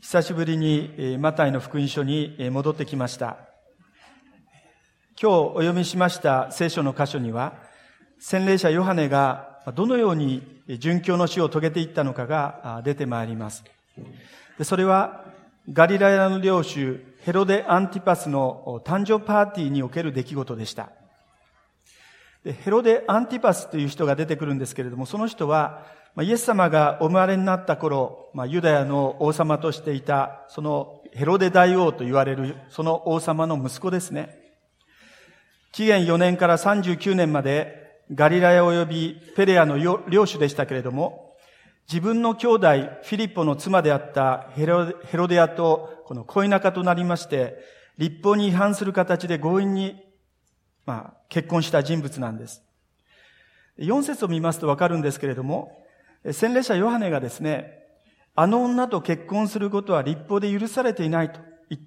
久しぶりにマタイの福音書に戻ってきました。今日お読みしました聖書の箇所には、洗礼者ヨハネがどのように殉教の死を遂げていったのかが出てまいります。それはガリラヤの領主ヘロデ・アンティパスの誕生パーティーにおける出来事でした。ヘロデ・アンティパスという人が出てくるんですけれども、その人はイエス様がお生まれになった頃、ユダヤの王様としていた、そのヘロデ大王と言われる、その王様の息子ですね。紀元4年から39年まで、ガリラヤ及びペレアの領主でしたけれども、自分の兄弟フィリッポの妻であったヘロデアとこの恋仲となりまして、律法に違反する形で強引に、結婚した人物なんです。4節を見ますとわかるんですけれども、洗礼者ヨハネがですね、あの女と結婚することは律法で許されていないと言って、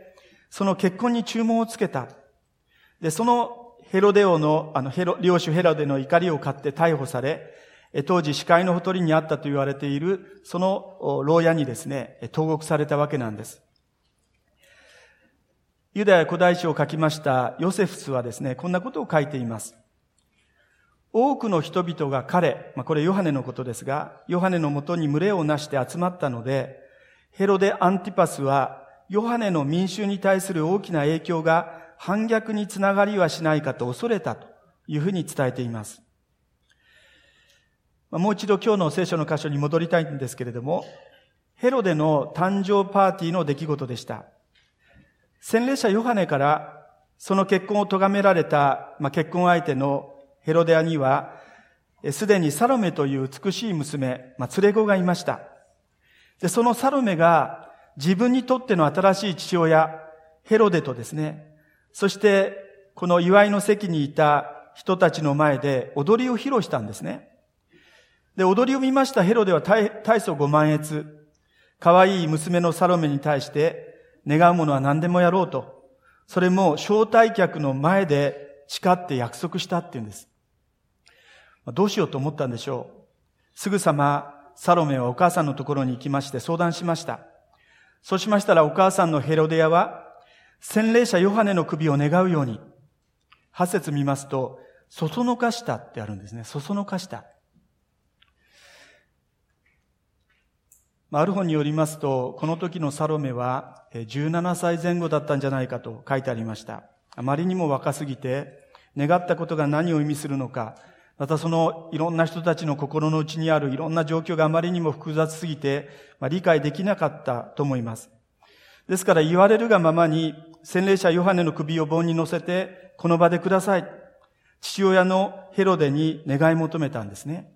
その結婚に注文をつけた。で、そのヘロデ王の、領主ヘロデの怒りを買って逮捕され、当時死海のほとりにあったと言われている、その牢屋にですね、投獄されたわけなんです。ユダヤ古代史を書きましたヨセフスはですね、こんなことを書いています。多くの人々が彼、これヨハネのことですが、ヨハネのもとに群れをなして集まったので、ヘロデ・アンティパスはヨハネの民衆に対する大きな影響が反逆につながりはしないかと恐れたというふうに伝えています。もう一度今日の聖書の箇所に戻りたいんですけれども、ヘロデの誕生パーティーの出来事でした。洗礼者ヨハネからその結婚を咎められた、結婚相手のヘロデアには、すでにサロメという美しい娘、連れ子がいました。で、そのサロメが自分にとっての新しい父親、ヘロデとですね、そしてこの祝いの席にいた人たちの前で踊りを披露したんですね。で、踊りを見ましたヘロデは大層ご満悦。可愛い娘のサロメに対して願うものは何でもやろうと。それも招待客の前で誓って約束したっていうんです。どうしようと思ったんでしょう。すぐさまサロメはお母さんのところに行きまして相談しました。そうしましたらお母さんのヘロデアは洗礼者ヨハネの首を願うように、8節見ますと、そそのかしたってあるんですね。そそのかした。ある本によりますと、この時のサロメは17歳前後だったんじゃないかと書いてありました。あまりにも若すぎて、願ったことが何を意味するのか、またそのいろんな人たちの心の内にあるいろんな状況があまりにも複雑すぎて、理解できなかったと思います。ですから言われるがままに、洗礼者ヨハネの首を盆に乗せて、この場でください。父親のヘロデに願い求めたんですね。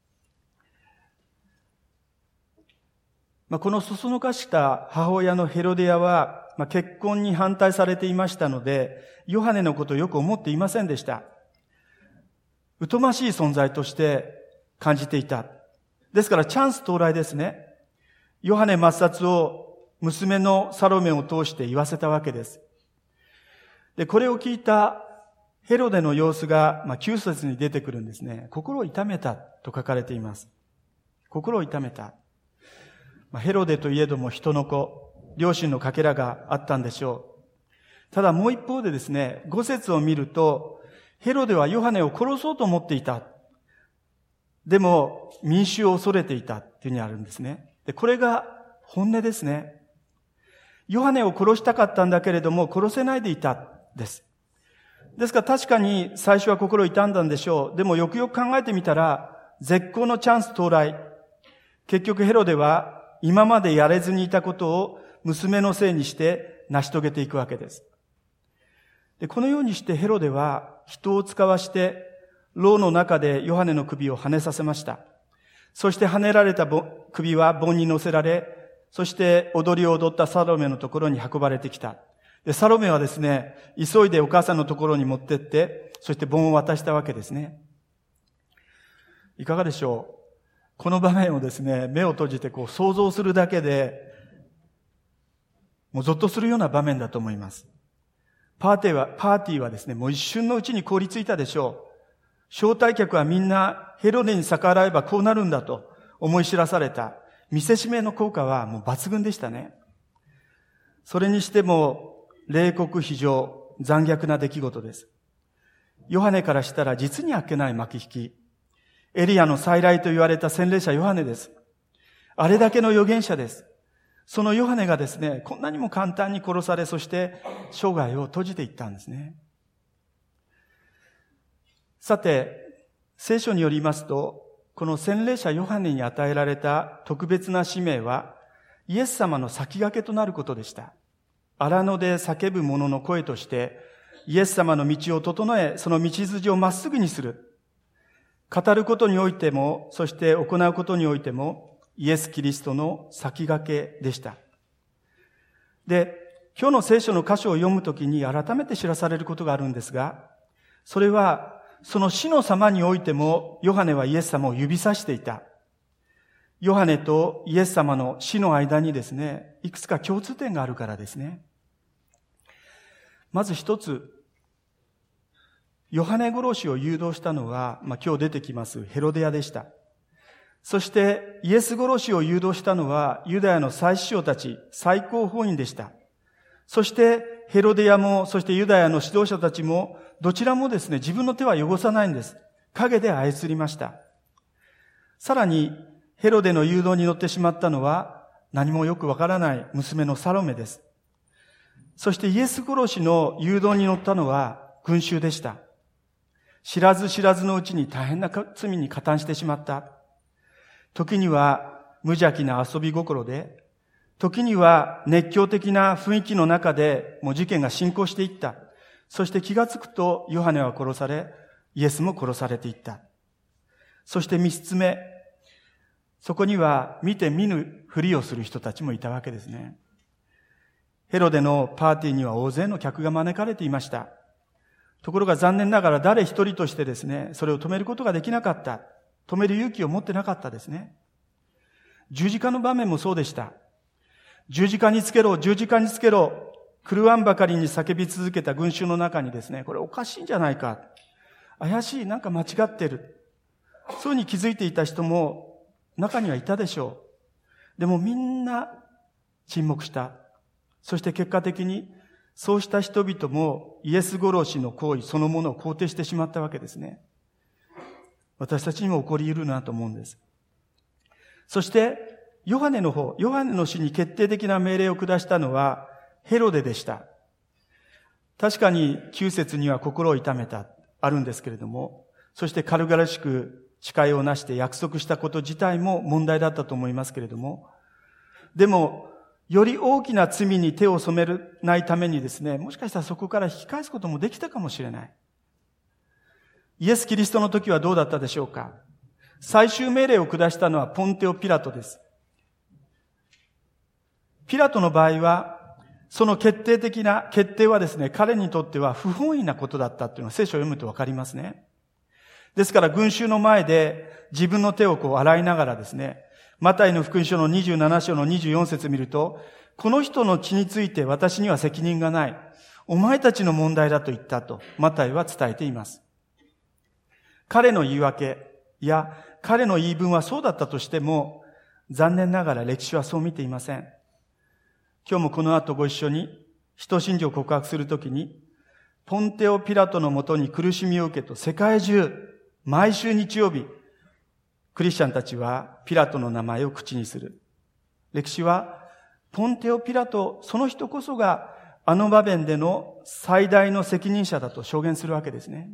このそそのかした母親のヘロデアは、結婚に反対されていましたので、ヨハネのことをよく思っていませんでした。疎ましい存在として感じていた。ですからチャンス到来ですね。ヨハネ抹殺を娘のサロメを通して言わせたわけです。で、これを聞いたヘロデの様子が、9節に出てくるんですね。心を痛めたと書かれています。心を痛めた。ヘロデといえども人の子、両親のかけらがあったんでしょう。ただもう一方でですね、5節を見ると、ヘロデはヨハネを殺そうと思っていた。でも、民衆を恐れていたっていうふうにあるんですね。で、これが本音ですね。ヨハネを殺したかったんだけれども、殺せないでいた、です。ですから確かに最初は心痛んだんでしょう。でもよくよく考えてみたら、絶好のチャンス到来。結局ヘロデは今までやれずにいたことを娘のせいにして成し遂げていくわけです。で、このようにしてヘロデは人を使わして牢の中でヨハネの首を跳ねさせました。そして跳ねられた首は盆に乗せられ、そして踊りを踊ったサロメのところに運ばれてきた。で、サロメはですね、急いでお母さんのところに持ってって、そして盆を渡したわけですね。いかがでしょう？この場面をですね、目を閉じて想像するだけで、もうゾッとするような場面だと思います。パーティーはですね、もう一瞬のうちに凍りついたでしょう。招待客はみんなヘロデに逆らえばこうなるんだと思い知らされた。見せしめの効果はもう抜群でしたね。 それにしても、冷酷非常、残虐な出来事です。ヨハネからしたら実にあっけない巻き引き。エリアの再来と言われた洗礼者ヨハネです。あれだけの預言者です。そのヨハネがですね、こんなにも簡単に殺され、そして生涯を閉じていったんですね。さて、聖書によりますと、この洗礼者ヨハネに与えられた特別な使命は、イエス様の先駆けとなることでした。荒野で叫ぶ者の声として、イエス様の道を整え、その道筋をまっすぐにする。語ることにおいても、そして行うことにおいても、イエス・キリストの先駆けでした。で、今日の聖書の箇所を読むときに改めて知らされることがあるんですが、それは、その死の様においても、ヨハネはイエス様を指さしていた。ヨハネとイエス様の死の間にですね、いくつか共通点があるからですね。まず一つ、ヨハネ殺しを誘導したのは、今日出てきますヘロデヤでした。そしてイエス殺しを誘導したのはユダヤの祭司長たち、最高法院でした。そしてヘロデヤも、そしてユダヤの指導者たちも、どちらもですね、自分の手は汚さないんです。影で操りました。さらに、ヘロデの誘導に乗ってしまったのは、何もよくわからない娘のサロメです。そしてイエス殺しの誘導に乗ったのは群衆でした。知らず知らずのうちに大変な罪に加担してしまった。時には無邪気な遊び心で、時には熱狂的な雰囲気の中でもう事件が進行していった。そして気がつくとヨハネは殺され、イエスも殺されていった。そして三つ目、そこには見て見ぬふりをする人たちもいたわけですね。ヘロデのパーティーには大勢の客が招かれていました。ところが残念ながら誰一人としてですね、それを止めることができなかった。止める勇気を持ってなかったですね。十字架の場面もそうでした。十字架につけろ、十字架につけろ。狂わんばかりに叫び続けた群衆の中にですね、これおかしいんじゃないか。怪しい、なんか間違ってる。そういうに気づいていた人も中にはいたでしょう。でもみんな沈黙した。そして結果的にそうした人々もイエス殺しの行為そのものを肯定してしまったわけですね。私たちにも起こり得るなと思うんです。そしてヨハネの死に決定的な命令を下したのはヘロデでした。確かに9節には心を痛めた、あるんですけれども、そして軽々しく誓いをなして約束したこと自体も問題だったと思いますけれども、でも、より大きな罪に手を染めないためにですね、もしかしたらそこから引き返すこともできたかもしれない。イエス・キリストの時はどうだったでしょうか。最終命令を下したのはポンテオ・ピラトです。ピラトの場合は、その決定はですね、彼にとっては不本意なことだったっていうのは聖書を読むとわかりますね。ですから群衆の前で自分の手を洗いながらですね、マタイの福音書の27章の24節見ると、この人の血について私には責任がない。お前たちの問題だと言ったと、マタイは伝えています。彼の言い訳や彼の言い分はそうだったとしても、残念ながら歴史はそう見ていません。今日もこの後ご一緒に、使徒信条を告白するときに、ポンテオ・ピラトのもとに苦しみを受けと世界中、毎週日曜日、クリスチャンたちはピラトの名前を口にする。歴史は、ポンテオ・ピラト、その人こそがあの場面での最大の責任者だと証言するわけですね。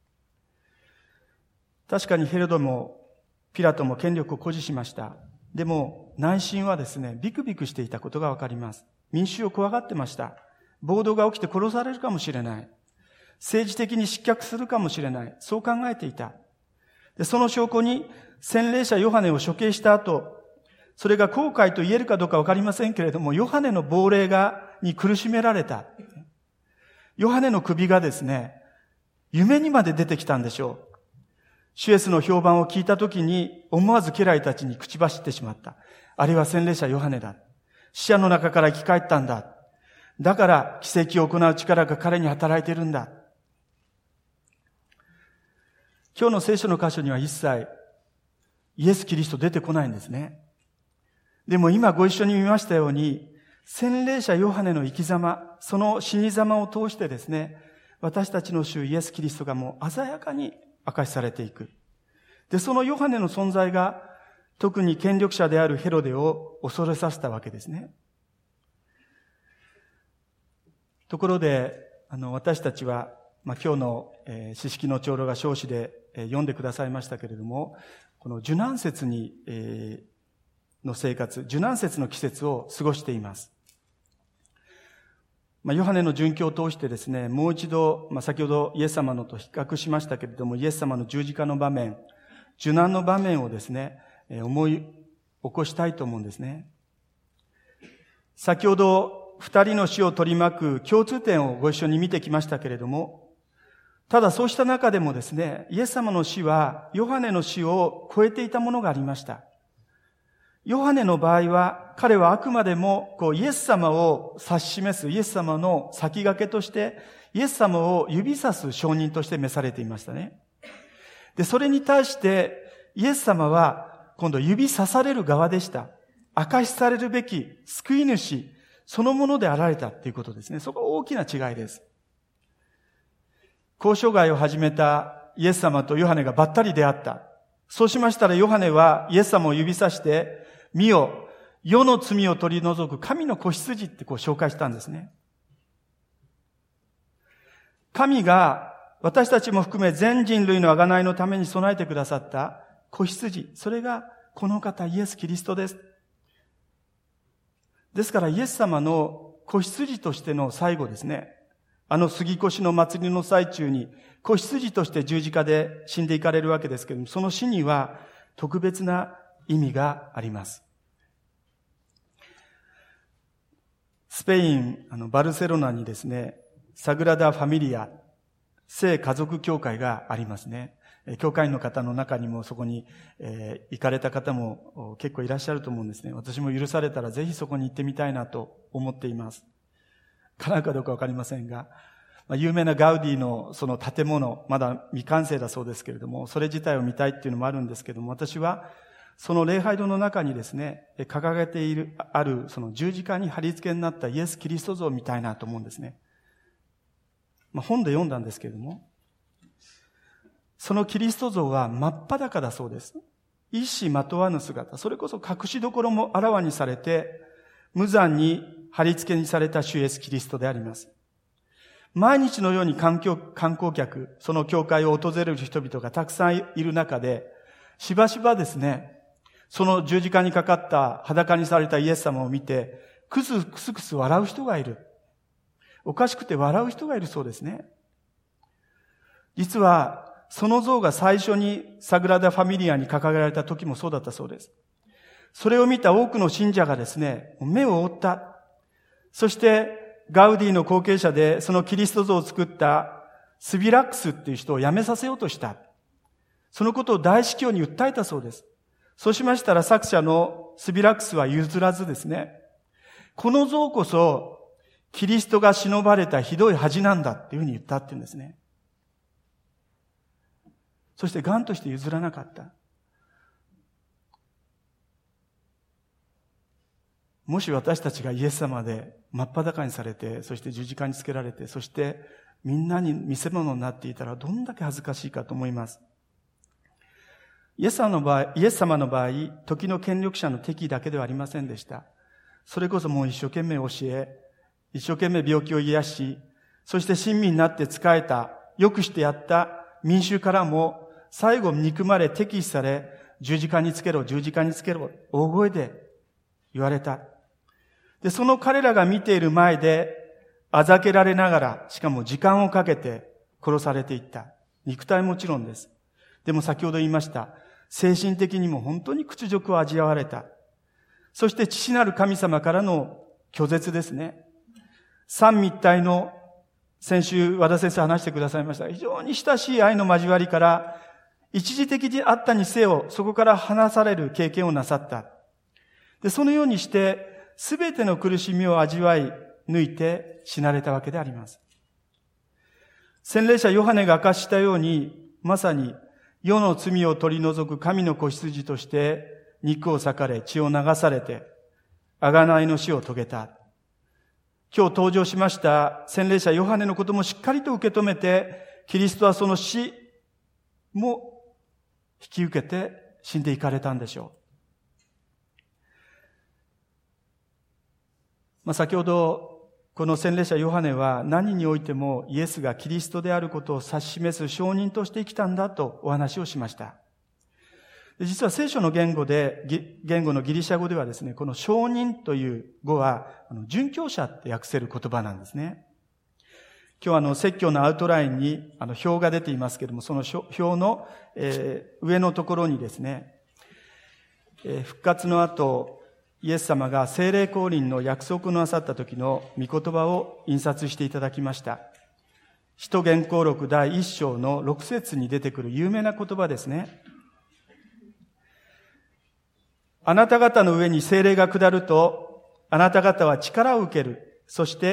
確かにヘロデもピラトも権力を誇示しました。でも内心はですね、ビクビクしていたことがわかります。民衆を怖がってました。暴動が起きて殺されるかもしれない。政治的に失脚するかもしれない。そう考えていた。で、その証拠に洗礼者ヨハネを処刑した後、それが後悔と言えるかどうかわかりませんけれども、ヨハネの亡霊に苦しめられた。ヨハネの首がですね、夢にまで出てきたんでしょう。主イエスの評判を聞いたときに思わず家来たちに口走ってしまった。あれは洗礼者ヨハネだ。死者の中から生き返ったんだ。だから奇跡を行う力が彼に働いているんだ。今日の聖書の箇所には一切イエス・キリスト出てこないんですね。でも今ご一緒に見ましたように、 洗礼者ヨハネの生き様、その死に様を通してですね、私たちの主イエス・キリストがもう鮮やかに明かしされていく。で、そのヨハネの存在が特に権力者であるヘロデを恐れさせたわけですね。ところで、私たちは、今日の四式の長老が証子で読んでくださいましたけれども、この受難節の生活、受難節の季節を過ごしています。ヨハネの殉教を通してですね、もう一度、先ほどイエス様のと比較しましたけれども、イエス様の十字架の場面、受難の場面をですね、思い起こしたいと思うんですね。先ほど、二人の死を取り巻く共通点をご一緒に見てきましたけれども、ただそうした中でもですね、イエス様の死は、ヨハネの死を超えていたものがありました。ヨハネの場合は、彼はあくまでも、イエス様を指し示す、イエス様の先駆けとして、イエス様を指さす証人として召されていましたね。で、それに対して、イエス様は、今度指さされる側でした。証しされるべき救い主、そのものであられたということですね。そこは大きな違いです。交渉外を始めたイエス様とヨハネがばったり出会った。そうしましたらヨハネはイエス様を指さして、見よ、世の罪を取り除く神の子羊って紹介したんですね。神が私たちも含め全人類の贖いのために備えてくださった子羊、それがこの方イエス・キリストです。ですからイエス様の子羊としての最後ですね、杉越の祭りの最中に子羊として十字架で死んでいかれるわけですけれども、その死には特別な意味があります。スペイン、バルセロナにですね、サグラダ・ファミリア、聖家族教会がありますね。教会員の方の中にもそこに、行かれた方も結構いらっしゃると思うんですね。私も許されたらぜひそこに行ってみたいなと思っています。叶うかどうかわかりませんが、有名なガウディのその建物、まだ未完成だそうですけれども、それ自体を見たいっていうのもあるんですけども、私はその礼拝堂の中にですね、掲げてあるその十字架に貼り付けになったイエス・キリスト像を見たいなと思うんですね。本で読んだんですけれども、そのキリスト像は真っ裸だそうです。一糸まとわぬ姿、それこそ隠しどころもあらわにされて、無残に貼り付けにされた主イエス・キリストであります。毎日のように観光客、その教会を訪れる人々がたくさんいる中で、しばしばですね、その十字架にかかった裸にされたイエス様を見て、クスクス笑う人がいる。おかしくて笑う人がいるそうですね。実は、その像が最初にサグラダ・ファミリアに掲げられた時もそうだったそうです。それを見た多くの信者がですね、目を覆った。そして、ガウディの後継者でそのキリスト像を作ったスビラックスっていう人を辞めさせようとした。そのことを大司教に訴えたそうです。そうしましたら作者のスビラックスは譲らずですね、この像こそキリストが忍ばれたひどい恥なんだっていうふうに言ったっていうんですね。そして頑として譲らなかった。もし私たちがイエス様で真っ裸にされて、そして十字架につけられて、そしてみんなに見せ物になっていたらどんだけ恥ずかしいかと思います。イエス様の場合、時の権力者の敵だけではありませんでした。それこそもう一生懸命教え、一生懸命病気を癒し、そして親身になって仕えた、よくしてやった民衆からも、最後憎まれ敵視され、十字架につけろ、十字架につけろ、大声で言われた。で、その彼らが見ている前で、あざけられながら、しかも時間をかけて殺されていった。肉体もちろんです。でも先ほど言いました。精神的にも本当に屈辱を味わわれた。そして父なる神様からの拒絶ですね。三位一体の、先週和田先生話してくださいました。非常に親しい愛の交わりから、一時的にあったにせよ、そこから離される経験をなさった。で、そのようにして、すべての苦しみを味わい抜いて死なれたわけであります。洗礼者ヨハネが明かしたように、まさに世の罪を取り除く神の子羊として肉を裂かれ血を流されて贖いの死を遂げた。 今日登場しました洗礼者ヨハネのこともしっかりと受け止めて、キリストはその死も引き受けて死んでいかれたんでしょう。先ほどこの洗礼者ヨハネは何においてもイエスがキリストであることを指し示す証人として生きたんだとお話をしました。実は聖書の言語のギリシャ語ではですね、この証人という語は殉教者って訳せる言葉なんですね。今日説教のアウトラインに表が出ていますけれども、その表の、上のところにですね、復活の後、イエス様が聖霊降臨の約束のなさった時の御言葉を印刷していただきました。使徒言行録第1章の6節に出てくる有名な言葉ですね。あなた方の上に聖霊が下ると、あなた方は力を受ける。そして、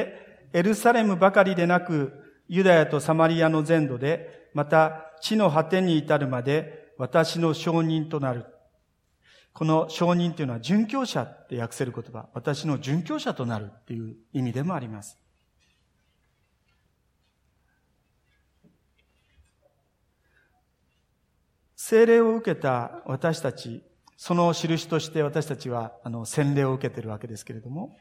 エルサレムばかりでなく、ユダヤとサマリアの全土で、また地の果てに至るまで、私の証人となる。この証人というのは、殉教者って訳せる言葉。私の殉教者となるっていう意味でもあります。聖霊を受けた私たち、その印として私たちは洗礼を受けているわけですけれども、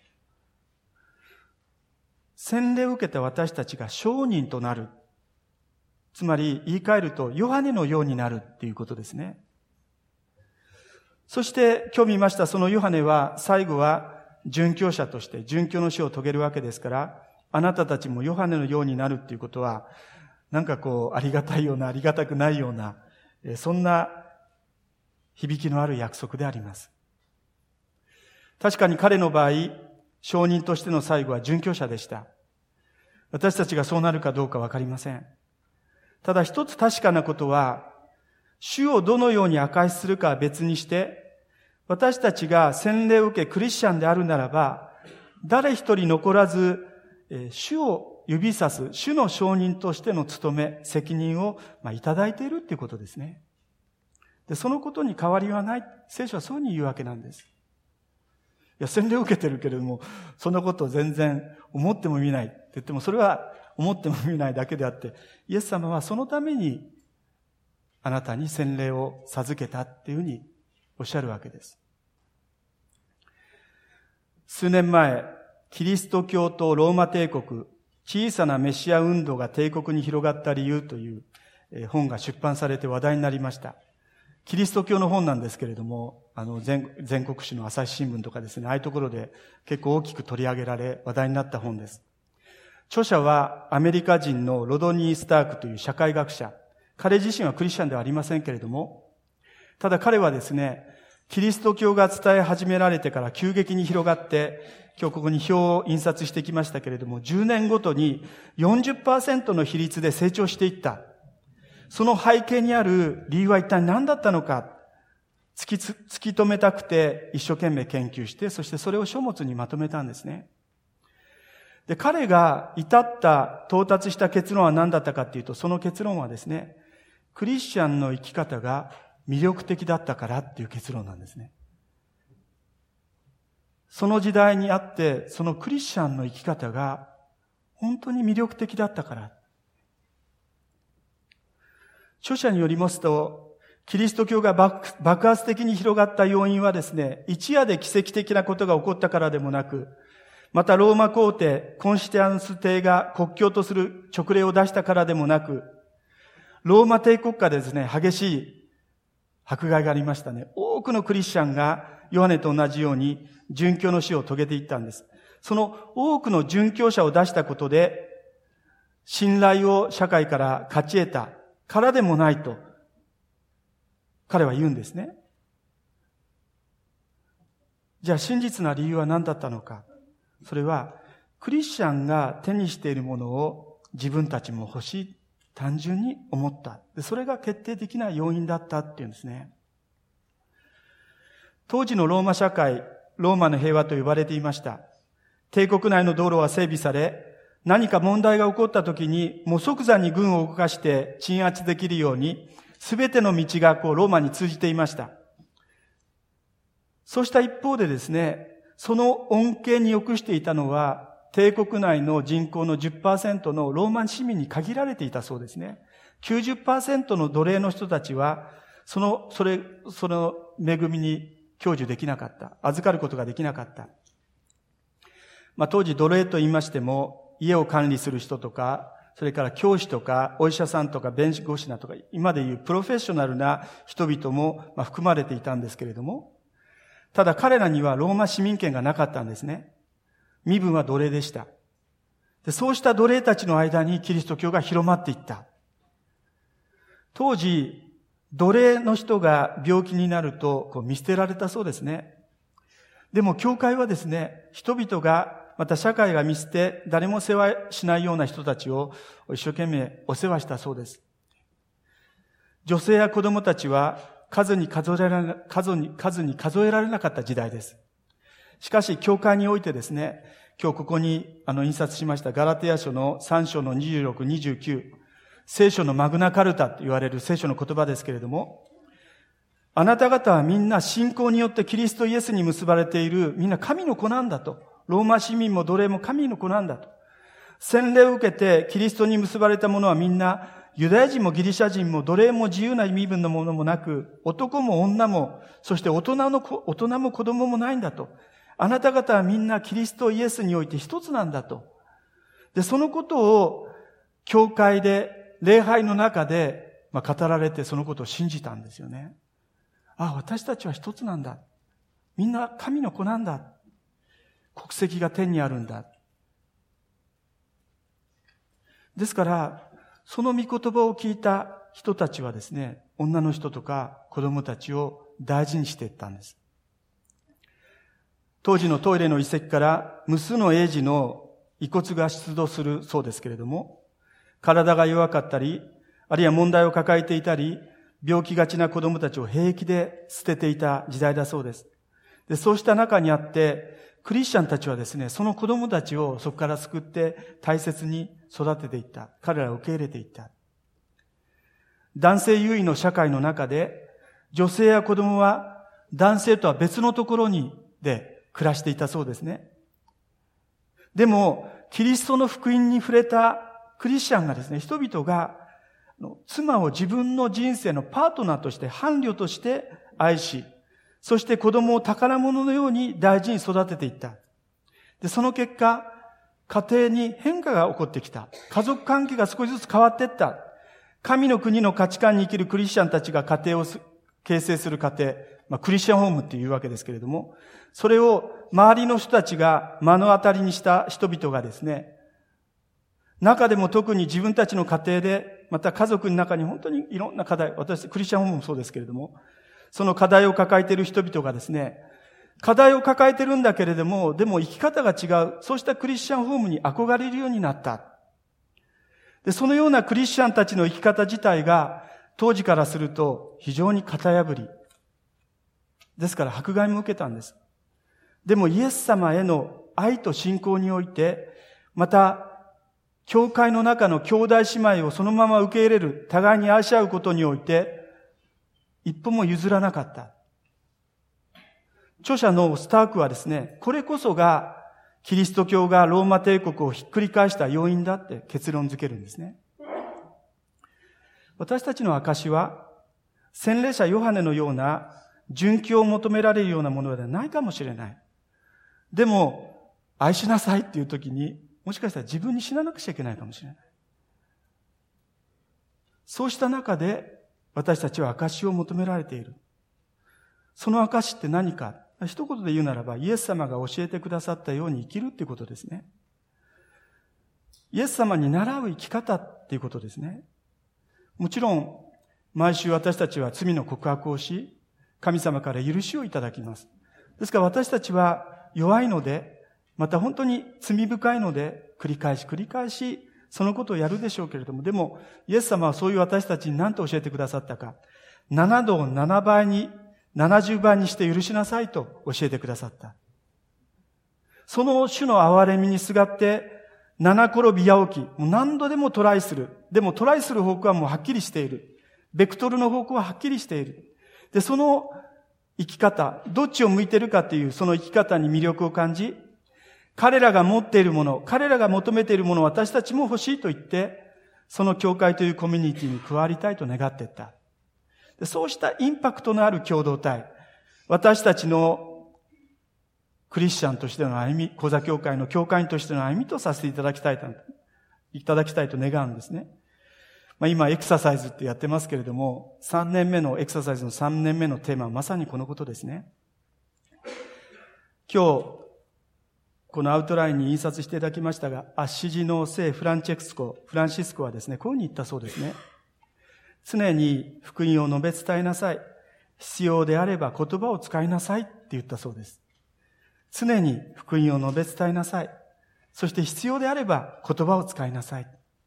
洗礼を受けた私たちが証人となる。つまり言い換えるとヨハネのようになるっていうことですね。そして今日見ましたそのヨハネは最後は殉教者として殉教の死を遂げるわけですから、あなたたちもヨハネのようになるっていうことは、なんかありがたいようなありがたくないような、そんな響きのある約束であります。確かに彼の場合、証人としての最後は殉教者でした。私たちがそうなるかどうかわかりません。ただ一つ確かなことは、主をどのように証しするかは別にして、私たちが洗礼を受けクリスチャンであるならば、誰一人残らず、主を指さす、主の証人としての務め、責任をいただいているということですね。で、そのことに変わりはない。聖書はそうに言うわけなんです。いや、洗礼を受けてるけれども、そんなことを全然思ってもみないって言っても、それは思ってもみないだけであって、イエス様はそのためにあなたに洗礼を授けたっていうふうにおっしゃるわけです。数年前、キリスト教とローマ帝国、小さなメシア運動が帝国に広がった理由という本が出版されて話題になりました。キリスト教の本なんですけれども、全国紙の朝日新聞とかですね、ああいうところで結構大きく取り上げられ話題になった本です。著者はアメリカ人のロドニー・スタークという社会学者。彼自身はクリスチャンではありませんけれども、ただ彼はですね、キリスト教が伝え始められてから急激に広がって、今日ここに表を印刷してきましたけれども、10年ごとに 40% の比率で成長していった。その背景にある理由は一体何だったのか、突き止めたくて一生懸命研究して、そしてそれを書物にまとめたんですね。で、彼が到達した結論は何だったかっていうと、その結論はですね、クリスチャンの生き方が魅力的だったからっていう結論なんですね。その時代にあって、そのクリスチャンの生き方が本当に魅力的だったから。著者によりますと、キリスト教が爆発的に広がった要因はですね、一夜で奇跡的なことが起こったからでもなく、またローマ皇帝、コンシティアヌス帝が国教とする勅令を出したからでもなく、ローマ帝国下でですね、激しい迫害がありましたね。多くのクリスチャンがヨハネと同じように殉教の死を遂げていったんです。その多くの殉教者を出したことで、信頼を社会から勝ち得たからでもないと、彼は言うんですね。じゃあ真実な理由は何だったのか。それは、クリスチャンが手にしているものを自分たちも欲しい、単純に思った。それが決定的な要因だったっていうんですね。当時のローマ社会、ローマの平和と呼ばれていました。帝国内の道路は整備され、何か問題が起こった時に、もう即座に軍を動かして鎮圧できるように、すべての道がローマに通じていました。そうした一方でですね、その恩恵に良くしていたのは、 帝国内の人口の 10% のローマ市民に限られていたそうですね。90% の奴隷の人たちは、その恵みに享受できなかった。預かることができなかった。当時奴隷と言いましても、家を管理する人とか、それから教師とか、お医者さんとか、弁護士なとか、今でいうプロフェッショナルな人々も含まれていたんですけれども、ただ彼らにはローマ市民権がなかったんですね。身分は奴隷でした。で、そうした奴隷たちの間にキリスト教が広まっていった。当時、奴隷の人が病気になると見捨てられたそうですね。でも教会はですね、人々が、また社会が見捨て、誰も世話しないような人たちを一生懸命お世話したそうです。女性や子供たちは数に数えられなかった時代です。しかし、教会においてですね、今日ここに印刷しましたガラテヤ書の3章の26、29、聖書のマグナカルタと言われる聖書の言葉ですけれども、あなた方はみんな信仰によってキリストイエスに結ばれているみんな神の子なんだと。ローマ市民も奴隷も神の子なんだと。洗礼を受けてキリストに結ばれた者はみんなユダヤ人もギリシャ人も奴隷も自由な身分の者もなく、男も女も、そして大人も子供もないんだと。あなた方はみんなキリストイエスにおいて一つなんだと。で、そのことを教会で、礼拝の中で語られてそのことを信じたんですよね。私たちは一つなんだ。みんな神の子なんだ。国籍が天にあるんだ。ですから、その御言葉を聞いた人たちはですね、女の人とか子供たちを大事にしていったんです。当時のトイレの遺跡から無数の婴児の遺骨が出土するそうですけれども、体が弱かったり、あるいは問題を抱えていたり、病気がちな子供たちを平気で捨てていた時代だそうです。で、そうした中にあって、クリスチャンたちはですね、その子供たちをそこから救って大切に育てていった。彼らを受け入れていった。男性優位の社会の中で、女性や子供は男性とは別のところで暮らしていたそうですね。でも、キリストの福音に触れたクリスチャンがですね、人々が妻を自分の人生のパートナーとして、伴侶として愛し、そして子供を宝物のように大事に育てていった。で、その結果、家庭に変化が起こってきた。家族関係が少しずつ変わっていった。神の国の価値観に生きるクリスチャンたちが家庭を形成する家庭、クリスチャンホームっていうわけですけれども、それを周りの人たちが目の当たりにした人々がですね、中でも特に自分たちの家庭で、また家族の中に本当にいろんな課題、私、クリスチャンホームもそうですけれども、その課題を抱えている人々がですね、課題を抱えているんだけれども、でも生き方が違う、そうしたクリスチャンホームに憧れるようになった。で、そのようなクリスチャンたちの生き方自体が、当時からすると非常に型破り。ですから迫害も受けたんです。でもイエス様への愛と信仰において、また、教会の中の兄弟姉妹をそのまま受け入れる、互いに愛し合うことにおいて、一歩も譲らなかった。著者のスタークはですね、これこそがキリスト教がローマ帝国をひっくり返した要因だって結論づけるんですね。私たちの証は、洗礼者ヨハネのような殉教を求められるようなものではないかもしれない。でも、愛しなさいっていう時に、もしかしたら自分に死ななくちゃいけないかもしれない。そうした中で、私たちは証を求められている。その証って何か、一言で言うならば、イエス様が教えてくださったように生きるっていうことですね。イエス様に倣う生き方っていうことですね。もちろん、毎週私たちは罪の告白をし、神様から許しをいただきます。ですから私たちは弱いので、また本当に罪深いので、繰り返し、そのことをやるでしょうけれども、でも、イエス様はそういう私たちに何と教えてくださったか。7度を7倍に、70倍にして許しなさいと教えてくださった。その主の憐れみにすがって、七転び八起き、もう何度でもトライする。でもトライする方向はもうはっきりしている。ベクトルの方向ははっきりしている。で、その生き方、どっちを向いているかっていうその生き方に魅力を感じ、 彼らが持っているもの、彼らが求めているものを私たちも欲しいと言って、その教会というコミュニティに加わりたいと願っていった。そうしたインパクトのある共同体、私たちのクリスチャンとしての歩み、小座教会の教会員としての歩みとさせていただきたいと願うんですね。今エクササイズってやってますけれども、エクササイズの3年目のテーマはまさにこのことですね。今日、このアウトラインに印刷していただきましたが、アッシジの聖フランシスコはですね、こういうふうに言ったそうですね。常に福音を述べ伝えなさい。必要であれば言葉を使いなさいって言ったそうです。常に福音を述べ伝えなさい。そして必要であれば言葉を使いなさい。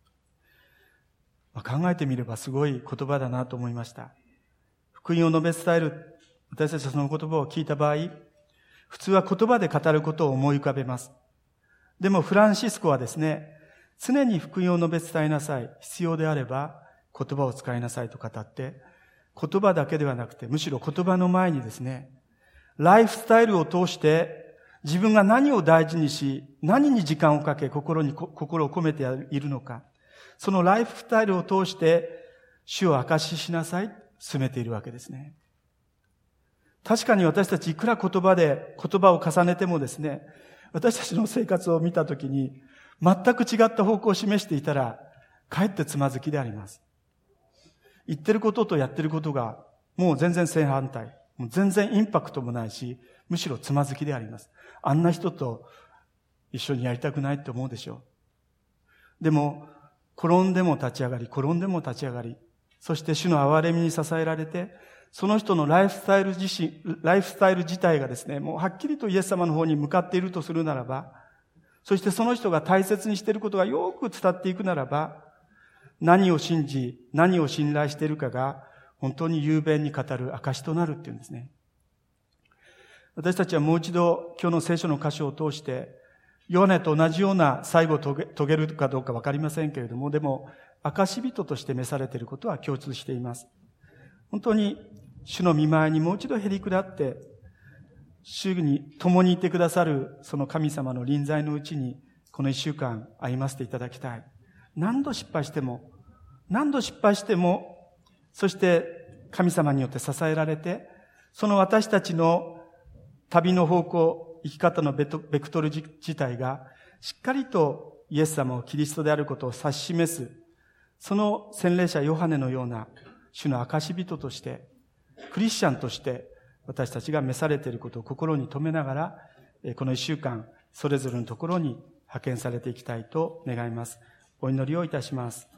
考えてみればすごい言葉だなと思いました。福音を述べ伝える、私たちはその言葉を聞いた場合、普通は言葉で語ることを思い浮かべます。でもフランシスコはですね、常に福音を述べ伝えなさい。必要であれば言葉を使いなさいと語って、言葉だけではなくて、むしろ言葉の前にですね、ライフスタイルを通して自分が何を大事にし、何に時間をかけ、心を込めているのか、そのライフスタイルを通して主を証ししなさい、進めているわけですね。確かに私たちいくら言葉を重ねてもですね、私たちの生活を見たときに全く違った方向を示していたら、かえってつまずきであります。言ってることとやってることがもう全然正反対。もう全然インパクトもないし、むしろつまずきであります。あんな人と一緒にやりたくないって思うでしょう。でも、転んでも立ち上がり、そして主の憐れみに支えられて、その人のライフスタイル自体がですね、もうはっきりとイエス様の方に向かっているとするならば、そしてその人が大切にしていることがよく伝っていくならば、何を信じ、何を信頼しているかが本当に雄弁に語る証となるっていうんですね。私たちはもう一度今日の聖書の箇所を通して、ヨハネと同じような最後を遂げるかどうかわかりませんけれども、でも証人として召されていることは共通しています。本当に主の御前にもう一度へり下って、主に共にいてくださるその神様の臨在のうちに、この一週間歩ませていただきたい。何度失敗しても、そして神様によって支えられて、その私たちの旅の方向、生き方のベクトル自体が、しっかりとイエス様をキリストであることを指し示す、その洗礼者ヨハネのような主の証人として、クリスチャンとして私たちが召されていることを心に留めながら、この一週間、それぞれのところに派遣されていきたいと願います。お祈りをいたします。